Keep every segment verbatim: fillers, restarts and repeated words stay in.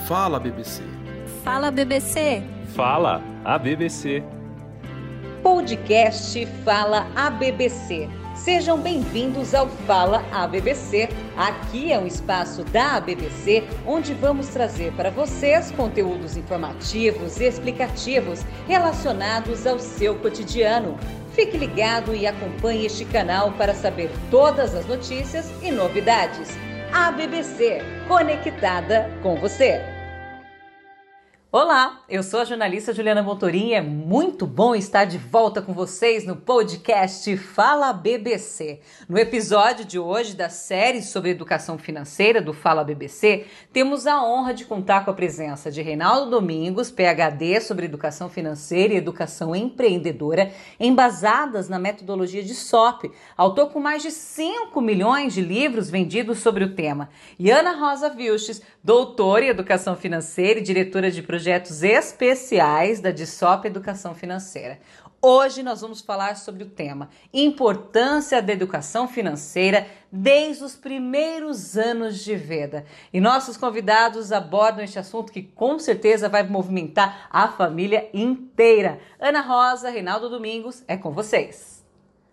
Fala B B C. Fala B B C. Fala a B B C. Podcast Fala a B B C. Sejam bem-vindos ao Fala a B B C. Aqui é um espaço da A B B C onde vamos trazer para vocês conteúdos informativos e explicativos relacionados ao seu cotidiano. Fique ligado e acompanhe este canal para saber todas as notícias e novidades. A B B C, conectada com você. Olá, eu sou a jornalista Juliana Montorim e é muito bom estar de volta com vocês no podcast Fala B B C. No episódio de hoje da série sobre educação financeira do Fala B B C, temos a honra de contar com a presença de Reinaldo Domingos, P H D sobre educação financeira e educação empreendedora, embasadas na metodologia de S O P, autor com mais de cinco milhões de livros vendidos sobre o tema, e Ana Rosa Vilches, doutora em educação financeira e diretora de projetos projetos especiais da D S O P Educação Financeira. Hoje nós vamos falar sobre o tema Importância da Educação Financeira desde os primeiros anos de vida. E nossos convidados abordam este assunto que com certeza vai movimentar a família inteira. Ana Rosa, Reinaldo Domingos, é com vocês.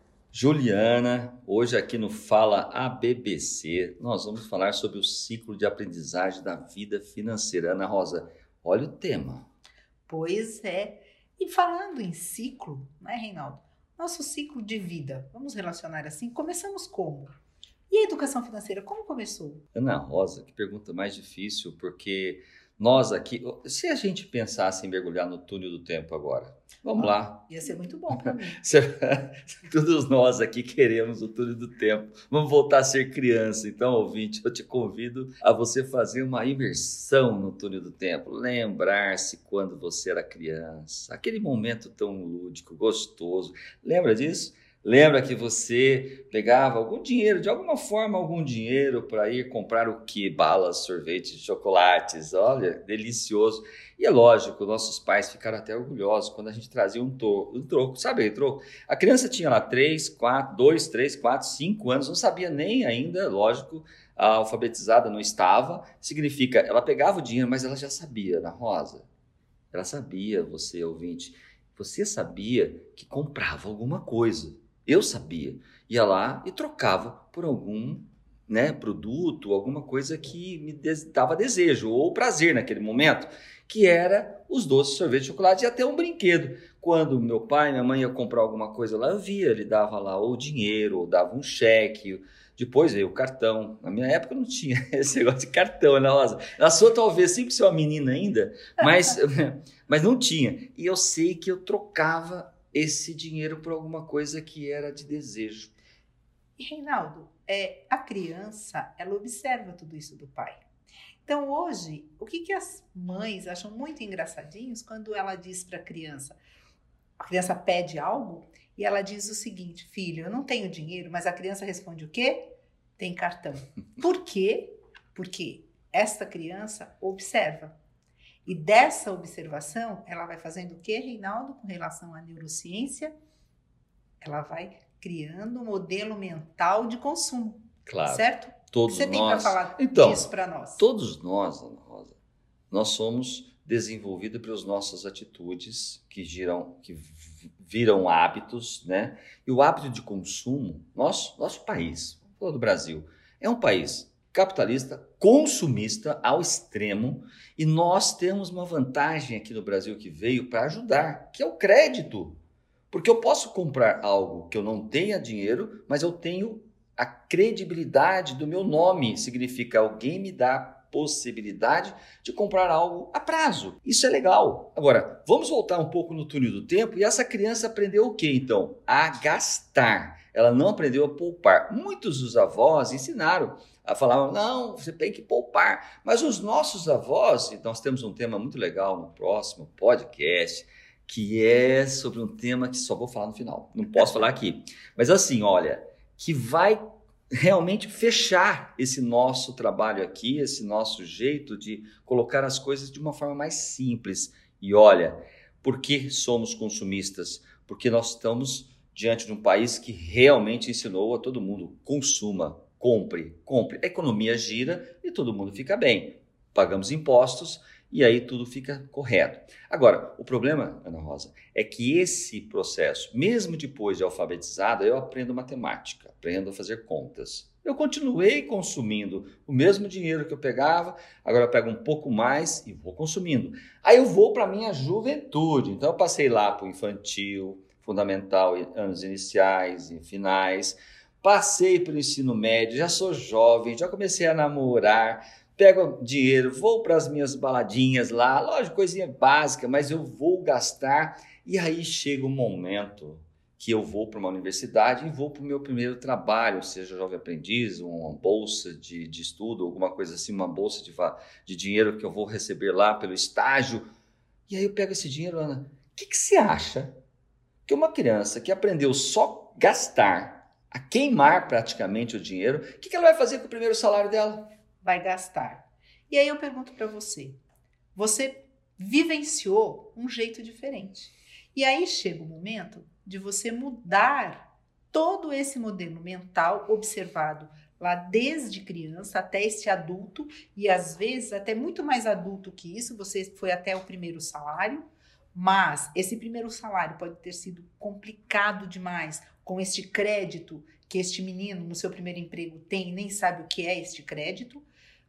Juliana, hoje aqui no Fala A B B C, nós vamos falar sobre o ciclo de aprendizagem da vida financeira. Ana Rosa, olha o tema. Pois é. E falando em ciclo, né, Reinaldo? Nosso ciclo de vida, vamos relacionar assim, começamos como? E a educação financeira, como começou? Ana Rosa, que pergunta mais difícil, porque nós aqui, se a gente pensasse em mergulhar no túnel do tempo agora, vamos ah, lá. Ia ser muito bom para mim. Todos nós aqui queremos o túnel do tempo. Vamos voltar a ser criança. Então, ouvinte, eu te convido a você fazer uma imersão no túnel do tempo. Lembrar-se quando você era criança. Aquele momento tão lúdico, gostoso. Lembra disso? Lembra que você pegava algum dinheiro, de alguma forma algum dinheiro para ir comprar o quê? Balas, sorvetes, chocolates, olha, delicioso. E é lógico, nossos pais ficaram até orgulhosos quando a gente trazia um, to- um troco, sabe o troco? A criança tinha lá três, quatro, dois, três, quatro, cinco anos, não sabia nem ainda, lógico, a alfabetizada não estava, significa, ela pegava o dinheiro, mas ela já sabia, Ana Rosa, ela sabia, você ouvinte, você sabia que comprava alguma coisa. Eu sabia, ia lá e trocava por algum, né, produto, alguma coisa que me des- dava desejo ou prazer naquele momento, que era os doces, sorvete, chocolate e até um brinquedo. Quando meu pai e minha mãe iam comprar alguma coisa lá, eu via, ele dava lá ou dinheiro, ou dava um cheque, depois veio o cartão. Na minha época não tinha esse negócio de cartão, né, Rosa? Na sua talvez sim, porque você é uma menina ainda, mas, mas não tinha. E eu sei que eu trocava esse dinheiro por alguma coisa que era de desejo. E, Reinaldo, é, a criança, ela observa tudo isso do pai. Então, hoje, o que, que as mães acham muito engraçadinhos quando ela diz para a criança, a criança pede algo e ela diz o seguinte, filho, eu não tenho dinheiro, mas a criança responde o quê? Tem cartão. Por quê? Porque esta criança observa. E dessa observação, ela vai fazendo o quê, Reinaldo, com relação à neurociência? Ela vai criando um modelo mental de consumo. Claro. Certo? Todos Você tem nós... para falar então, disso para nós? Todos nós, Ana Rosa, nós somos desenvolvidos pelas nossas atitudes que, giram, que viram hábitos, né? E o hábito de consumo, nosso, nosso país, vamos falar do Brasil, é um país capitalista, consumista ao extremo, e nós temos uma vantagem aqui no Brasil que veio para ajudar, que é o crédito. Porque eu posso comprar algo que eu não tenha dinheiro, mas eu tenho a credibilidade do meu nome. Significa alguém me dá a possibilidade de comprar algo a prazo. Isso é legal. Agora, vamos voltar um pouco no túnel do tempo, e essa criança aprendeu o quê, então? A gastar. Ela não aprendeu a poupar. Muitos dos avós ensinaram, falavam, não, você tem que poupar. Mas os nossos avós, e nós temos um tema muito legal no próximo podcast, que é sobre um tema que só vou falar no final. Não posso falar aqui. Mas assim, olha, que vai realmente fechar esse nosso trabalho aqui, esse nosso jeito de colocar as coisas de uma forma mais simples. E olha, por que somos consumistas? Porque nós estamos diante de um país que realmente ensinou a todo mundo, consuma, compre, compre. A economia gira e todo mundo fica bem. pagamos impostos e aí tudo fica correto. Agora, o problema, Ana Rosa, é que esse processo, mesmo depois de alfabetizada, eu aprendo matemática, aprendo a fazer contas. Eu continuei consumindo o mesmo dinheiro que eu pegava, agora eu pego um pouco mais e vou consumindo. Aí eu vou para a minha juventude, então eu passei lá para o infantil, fundamental, anos iniciais e finais, passei pelo ensino médio, já sou jovem, já comecei a namorar, pego dinheiro, vou para as minhas baladinhas lá, lógico, coisinha básica, mas eu vou gastar e aí chega um momento que eu vou para uma universidade e vou para o meu primeiro trabalho, seja jovem aprendiz, uma bolsa de, de estudo, alguma coisa assim, uma bolsa de, de dinheiro que eu vou receber lá pelo estágio. E aí eu pego esse dinheiro, Ana, o que, que você acha que uma criança que aprendeu só gastar, a queimar praticamente o dinheiro, o que, que ela vai fazer com o primeiro salário dela? Vai gastar. E aí eu pergunto para você, você vivenciou um jeito diferente. E aí chega o momento de você mudar todo esse modelo mental observado lá desde criança até esse adulto, e às vezes até muito mais adulto que isso, você foi até o primeiro salário, mas esse primeiro salário pode ter sido complicado demais com este crédito que este menino no seu primeiro emprego tem e nem sabe o que é este crédito.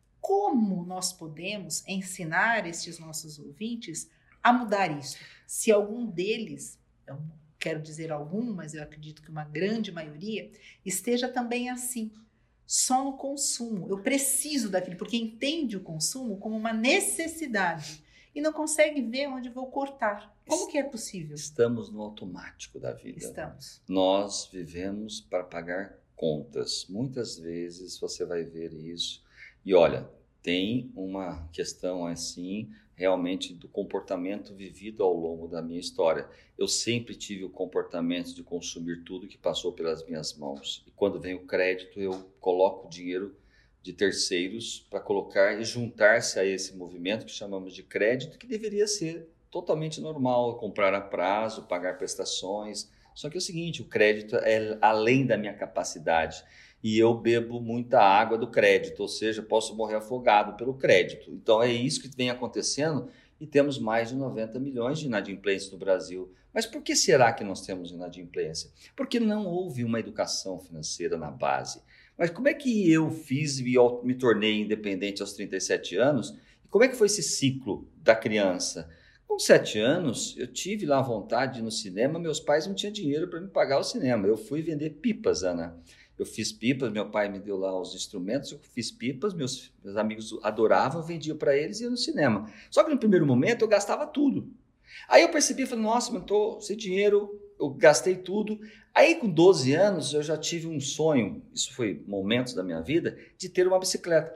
Como nós podemos ensinar estes nossos ouvintes a mudar isso? Se algum deles, eu não quero dizer algum, mas eu acredito que uma grande maioria, esteja também assim, só no consumo. Eu preciso daquilo, porque entende o consumo como uma necessidade e não consegue ver onde vou cortar. Como que é possível? Estamos no automático da vida. Estamos. Nós vivemos para pagar contas. Muitas vezes você vai ver isso. E olha, tem uma questão assim, realmente do comportamento vivido ao longo da minha história. Eu sempre tive o comportamento de consumir tudo que passou pelas minhas mãos. E quando vem o crédito, eu coloco o dinheiro de terceiros para colocar e juntar-se a esse movimento que chamamos de crédito, que deveria ser totalmente normal, comprar a prazo, pagar prestações. Só que é o seguinte, o crédito é além da minha capacidade. E eu bebo muita água do crédito, ou seja, posso morrer afogado pelo crédito. Então é isso que vem acontecendo e temos mais de noventa milhões de inadimplência no Brasil. Mas por que será que nós temos inadimplência? Porque não houve uma educação financeira na base. Mas como é que eu fiz e me tornei independente aos trinta e sete anos? E como é que foi esse ciclo da criança? Com sete anos, eu tive lá vontade de ir no cinema, meus pais não tinham dinheiro para me pagar o cinema. Eu fui vender pipas, Ana. Eu fiz pipas, meu pai me deu lá os instrumentos, eu fiz pipas, meus, meus amigos adoravam, eu vendia para eles e ia no cinema. Só que no primeiro momento eu gastava tudo. Aí eu percebi, falei, nossa, eu estou sem dinheiro, eu gastei tudo. Aí com doze anos eu já tive um sonho, isso foi momentos da minha vida, de ter uma bicicleta.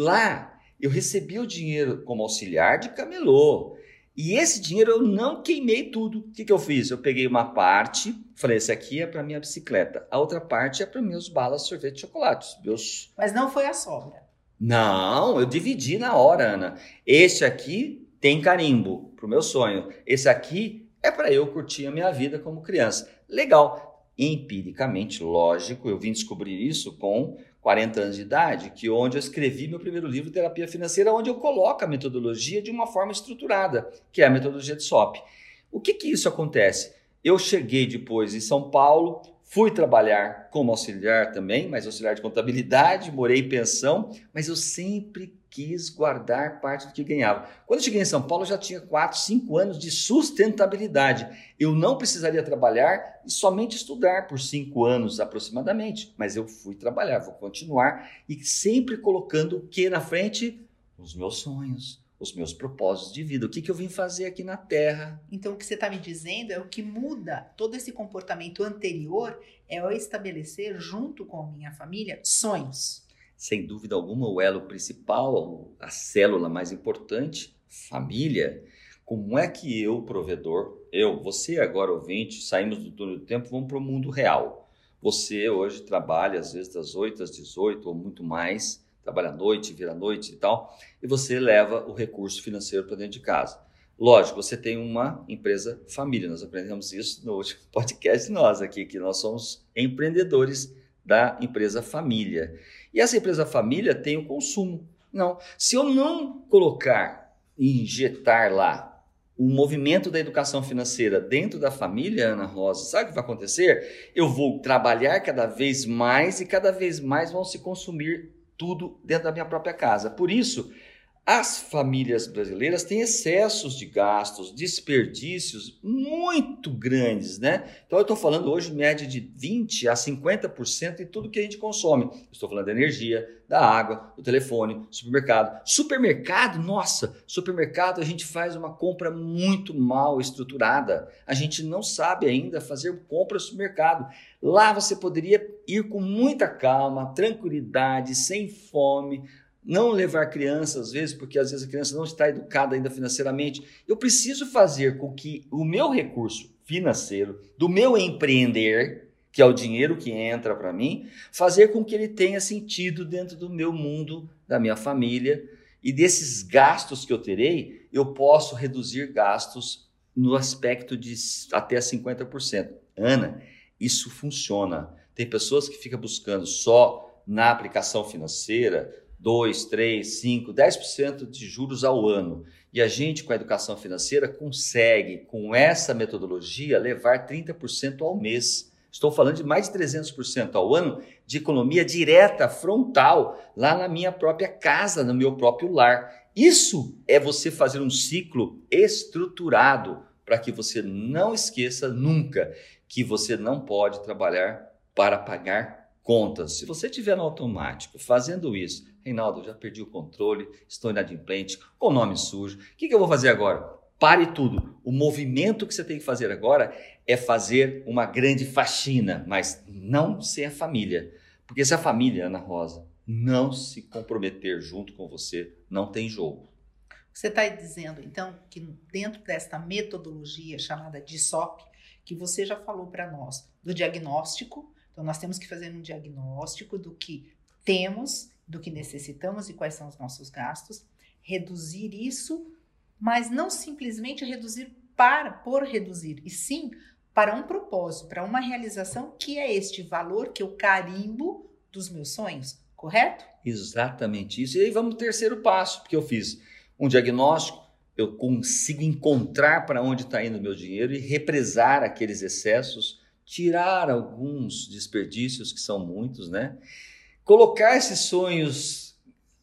Lá eu recebi o dinheiro como auxiliar de camelô. E esse dinheiro eu não queimei tudo. O que, que eu fiz? Eu peguei uma parte, falei, esse aqui é para minha bicicleta. A outra parte é para meus balas, sorvete, chocolates. Meus... Mas não foi a sobra. Não, eu dividi na hora, Ana. Esse aqui tem carimbo para o meu sonho. Esse aqui é para eu curtir a minha vida como criança. Legal. Empiricamente, lógico, eu vim descobrir isso com quarenta anos de idade, que onde eu escrevi meu primeiro livro, Terapia Financeira, onde eu coloco a metodologia de uma forma estruturada, que é a metodologia de S O P. O que que isso acontece? Eu cheguei depois em São Paulo, fui trabalhar como auxiliar também, mas auxiliar de contabilidade, morei em pensão, mas eu sempre quis guardar parte do que ganhava. Quando eu cheguei em São Paulo, eu já tinha quatro, cinco anos de sustentabilidade. Eu não precisaria trabalhar e somente estudar por cinco anos aproximadamente, mas eu fui trabalhar, vou continuar e sempre colocando o que na frente? Os meus sonhos, os meus propósitos de vida, o que, que eu vim fazer aqui na Terra. Então o que você está me dizendo é o que muda todo esse comportamento anterior é eu estabelecer junto com a minha família sonhos. Sem dúvida alguma, o elo principal, a célula mais importante, família. Como é que eu, provedor, eu, você agora ouvinte, saímos do túnel do tempo, vamos para o mundo real. Você hoje trabalha às vezes das oito às dezoito ou muito mais, trabalha à noite, vira à noite e tal, e você leva o recurso financeiro para dentro de casa. Lógico, você tem uma empresa família, nós aprendemos isso no último podcast nós aqui, que nós somos empreendedores da empresa família. E essa empresa família tem o consumo. Não. Se eu não colocar e injetar lá o movimento da educação financeira dentro da família, Ana Rosa, sabe o que vai acontecer? Eu vou trabalhar cada vez mais e cada vez mais vão se consumir tudo dentro da minha própria casa. Por isso, as famílias brasileiras têm excessos de gastos, desperdícios muito grandes, né? Então eu estou falando hoje em média de vinte a cinquenta por cento em tudo que a gente consome. Estou falando da energia, da água, do telefone, supermercado. Supermercado, nossa, supermercado a gente faz uma compra muito mal estruturada. A gente não sabe ainda fazer compra no supermercado. Lá você poderia ir com muita calma, tranquilidade, sem fome, não levar criança às vezes, porque às vezes a criança não está educada ainda financeiramente. Eu preciso fazer com que o meu recurso financeiro, do meu empreender, que é o dinheiro que entra para mim, fazer com que ele tenha sentido dentro do meu mundo, da minha família, e desses gastos que eu terei, eu posso reduzir gastos no aspecto de até cinquenta por cento. Ana, isso funciona. Tem pessoas que ficam buscando só na aplicação financeira dois, três, cinco, dez por cento de juros ao ano. E a gente, com a educação financeira, consegue, com essa metodologia, levar trinta por cento ao mês. Estou falando de mais de trezentos por cento ao ano de economia direta, frontal, lá na minha própria casa, no meu próprio lar. Isso é você fazer um ciclo estruturado para que você não esqueça nunca que você não pode trabalhar para pagar contas. Se você estiver no automático fazendo isso, Reinaldo, já perdi o controle, estou inadimplente, com o nome sujo, o que, que eu vou fazer agora? Pare tudo. O movimento que você tem que fazer agora é fazer uma grande faxina, mas não sem a família. Porque se a família, Ana Rosa, não se comprometer junto com você, não tem jogo. Você está dizendo, então, que dentro desta metodologia chamada de S O P, que você já falou para nós, do diagnóstico, então nós temos que fazer um diagnóstico do que temos, do que necessitamos e quais são os nossos gastos, reduzir isso, mas não simplesmente reduzir para, por reduzir, e sim para um propósito, para uma realização que é este valor que eu carimbo dos meus sonhos, correto? Exatamente isso. E aí vamos ao terceiro passo, porque eu fiz um diagnóstico, eu consigo encontrar para onde está indo o meu dinheiro e represar aqueles excessos, tirar alguns desperdícios, que são muitos, né? Colocar esses sonhos,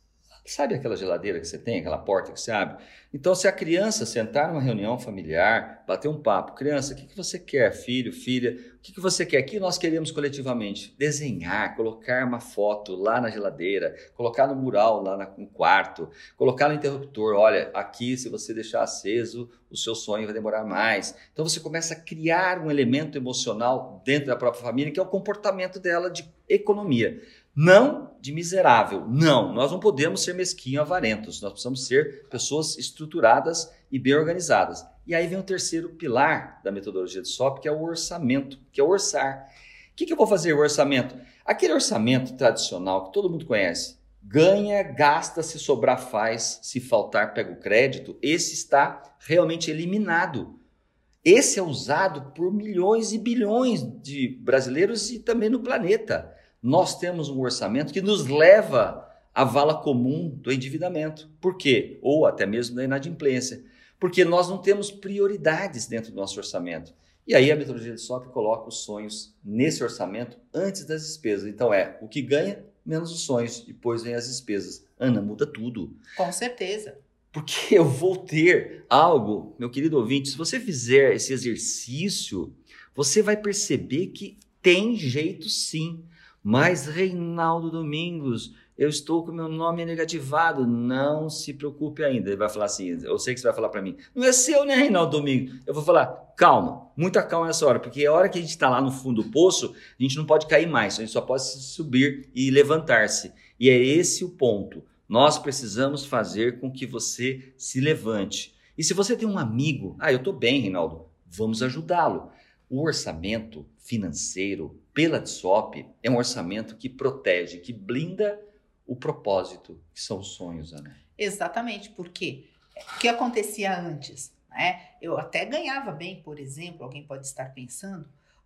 sabe aquela geladeira que você tem, aquela porta que você abre? Então, se a criança sentar numa reunião familiar, bater um papo, criança, o que, que você quer, filho, filha, o que, que você quer? O que nós queremos coletivamente? Desenhar, colocar uma foto lá na geladeira, colocar no mural lá no quarto, colocar no interruptor, olha, aqui se você deixar aceso, o seu sonho vai demorar mais. Então, você começa a criar um elemento emocional dentro da própria família, que é o comportamento dela de economia. Não de miserável, não, nós não podemos ser mesquinhos, avarentos, nós precisamos ser pessoas estruturadas e bem organizadas. E aí vem o terceiro pilar da metodologia de S O P, que é o orçamento, que é o orçar. O que, que eu vou fazer o orçamento? Aquele orçamento tradicional que todo mundo conhece, ganha, gasta, se sobrar faz, se faltar pega o crédito, esse está realmente eliminado. Esse é usado por milhões e bilhões de brasileiros e também no planeta. Nós temos um orçamento que nos leva à vala comum do endividamento. Por quê? Ou até mesmo da inadimplência. Porque nós não temos prioridades dentro do nosso orçamento. E aí a metodologia de S O P coloca os sonhos nesse orçamento antes das despesas. Então é o que ganha menos os sonhos, depois vem as despesas. Ana, muda tudo. Com certeza. Porque eu vou ter algo, meu querido ouvinte, se você fizer esse exercício, você vai perceber que tem jeito sim. Mas, Reinaldo Domingos, eu estou com meu nome negativado. Não se preocupe ainda. Ele vai falar assim, eu sei que você vai falar para mim, não é seu, né, Reinaldo Domingos? Eu vou falar, calma, muita calma nessa hora, porque a hora que a gente está lá no fundo do poço, a gente não pode cair mais, a gente só pode subir e levantar-se. E é esse o ponto. Nós precisamos fazer com que você se levante. E se você tem um amigo, ah, eu estou bem, Reinaldo, vamos ajudá-lo. O orçamento financeiro pela S O P é um orçamento que protege, que blinda o propósito, que são os sonhos, Ana. Exatamente, porque o que acontecia antes, né? Eu até ganhava bem, por exemplo, alguém pode estar pensando,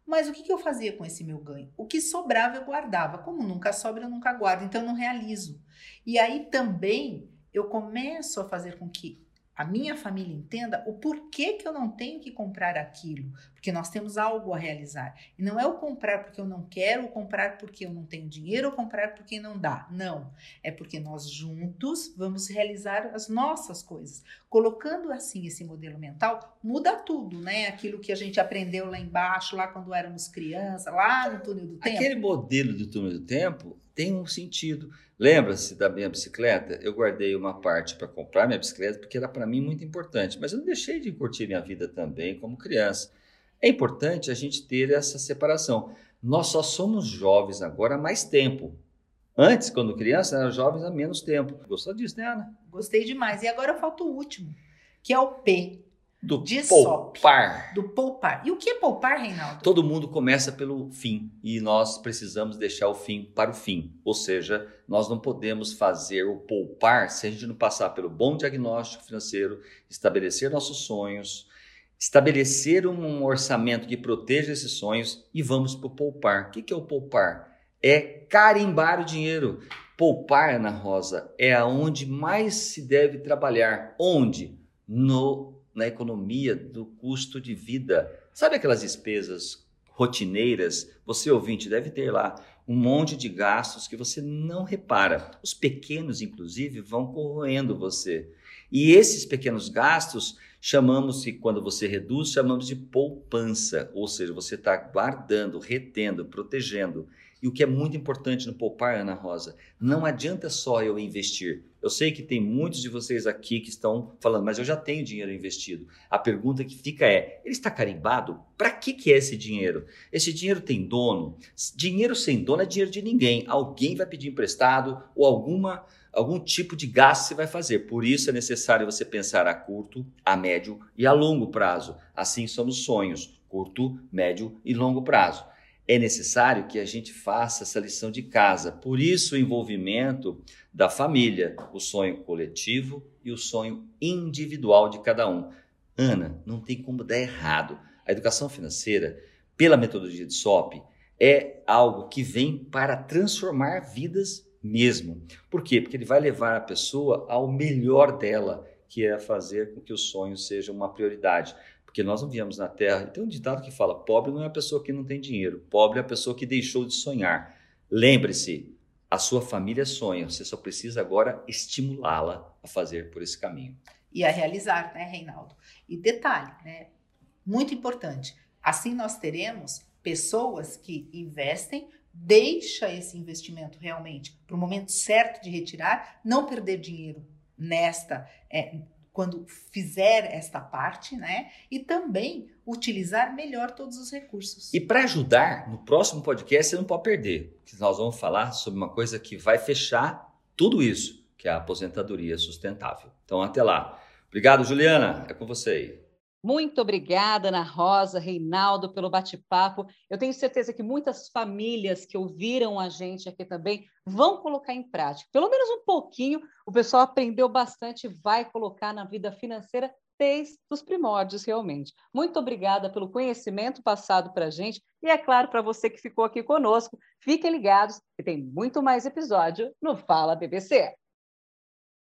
Mas o que, que eu fazia com esse meu ganho? O que sobrava eu guardava. Como nunca sobra, eu nunca guardo, então eu não realizo. E aí também eu começo a fazer com que a minha família entenda o porquê que eu não tenho que comprar aquilo, porque nós temos algo a realizar. E não é o comprar porque eu não quero, ou comprar porque eu não tenho dinheiro, ou comprar porque não dá. Não, é porque nós juntos vamos realizar as nossas coisas. Colocando assim esse modelo mental, muda tudo, né? Aquilo que a gente aprendeu lá embaixo, lá quando éramos crianças, lá no túnel do tempo. Aquele modelo do túnel do tempo tem um sentido. Lembra-se da minha bicicleta? Eu guardei uma parte para comprar minha bicicleta porque era para mim muito importante, mas eu não deixei de curtir minha vida também como criança. É importante a gente ter essa separação. Nós só somos jovens agora há mais tempo. Antes, quando criança, eram jovens há menos tempo. Gostou disso, né, Ana? Gostei demais. E agora falta o último, que é o P. Do de poupar. SOP, do poupar. E o que é poupar, Reinaldo? Todo mundo começa pelo fim e nós precisamos deixar o fim para o fim. Ou seja, nós não podemos fazer o poupar se a gente não passar pelo bom diagnóstico financeiro, estabelecer nossos sonhos, estabelecer um orçamento que proteja esses sonhos e vamos para o poupar. O que é o poupar? É carimbar o dinheiro. Poupar, Ana Rosa, é aonde mais se deve trabalhar. Onde? No na economia do custo de vida. Sabe aquelas despesas rotineiras? Você, ouvinte, deve ter lá um monte de gastos que você não repara. Os pequenos, inclusive, vão corroendo você. E esses pequenos gastos, chamamos, quando você reduz, chamamos de poupança. Ou seja, você está guardando, retendo, protegendo. E o que é muito importante no poupar, Ana Rosa, não adianta só eu investir. Eu sei que tem muitos de vocês aqui que estão falando, mas eu já tenho dinheiro investido. A pergunta que fica é, ele está carimbado? Para que, que é esse dinheiro? Esse dinheiro tem dono? Dinheiro sem dono é dinheiro de ninguém. Alguém vai pedir emprestado ou alguma, algum tipo de gasto você vai fazer. Por isso é necessário você pensar a curto, a médio e a longo prazo. Assim são os sonhos, curto, médio e longo prazo. É necessário que a gente faça essa lição de casa. Por isso o envolvimento da família, o sonho coletivo e o sonho individual de cada um. Ana, não tem como dar errado. A educação financeira, pela metodologia de SOP, é algo que vem para transformar vidas mesmo. Por quê? Porque ele vai levar a pessoa ao melhor dela, que é fazer com que o sonho seja uma prioridade. Porque nós não viemos na Terra, tem um ditado que fala, pobre não é a pessoa que não tem dinheiro, pobre é a pessoa que deixou de sonhar. Lembre-se, a sua família sonha, você só precisa agora estimulá-la a fazer por esse caminho. E a realizar, né, Reinaldo? E detalhe, né, muito importante, assim nós teremos pessoas que investem, deixa esse investimento realmente para o momento certo de retirar, não perder dinheiro nesta... É, quando fizer esta parte, né? E também utilizar melhor todos os recursos. E para ajudar, no próximo podcast você não pode perder, que nós vamos falar sobre uma coisa que vai fechar tudo isso, que é a aposentadoria sustentável. Então até lá. Obrigado, Juliana. É com você aí. Muito obrigada, Ana Rosa, Reinaldo, pelo bate-papo. Eu tenho certeza que muitas famílias que ouviram a gente aqui também vão colocar em prática. Pelo menos um pouquinho, o pessoal aprendeu bastante e vai colocar na vida financeira desde os primórdios, realmente. Muito obrigada pelo conhecimento passado para a gente e, é claro, para você que ficou aqui conosco, fiquem ligados que tem muito mais episódio no Fala B B C.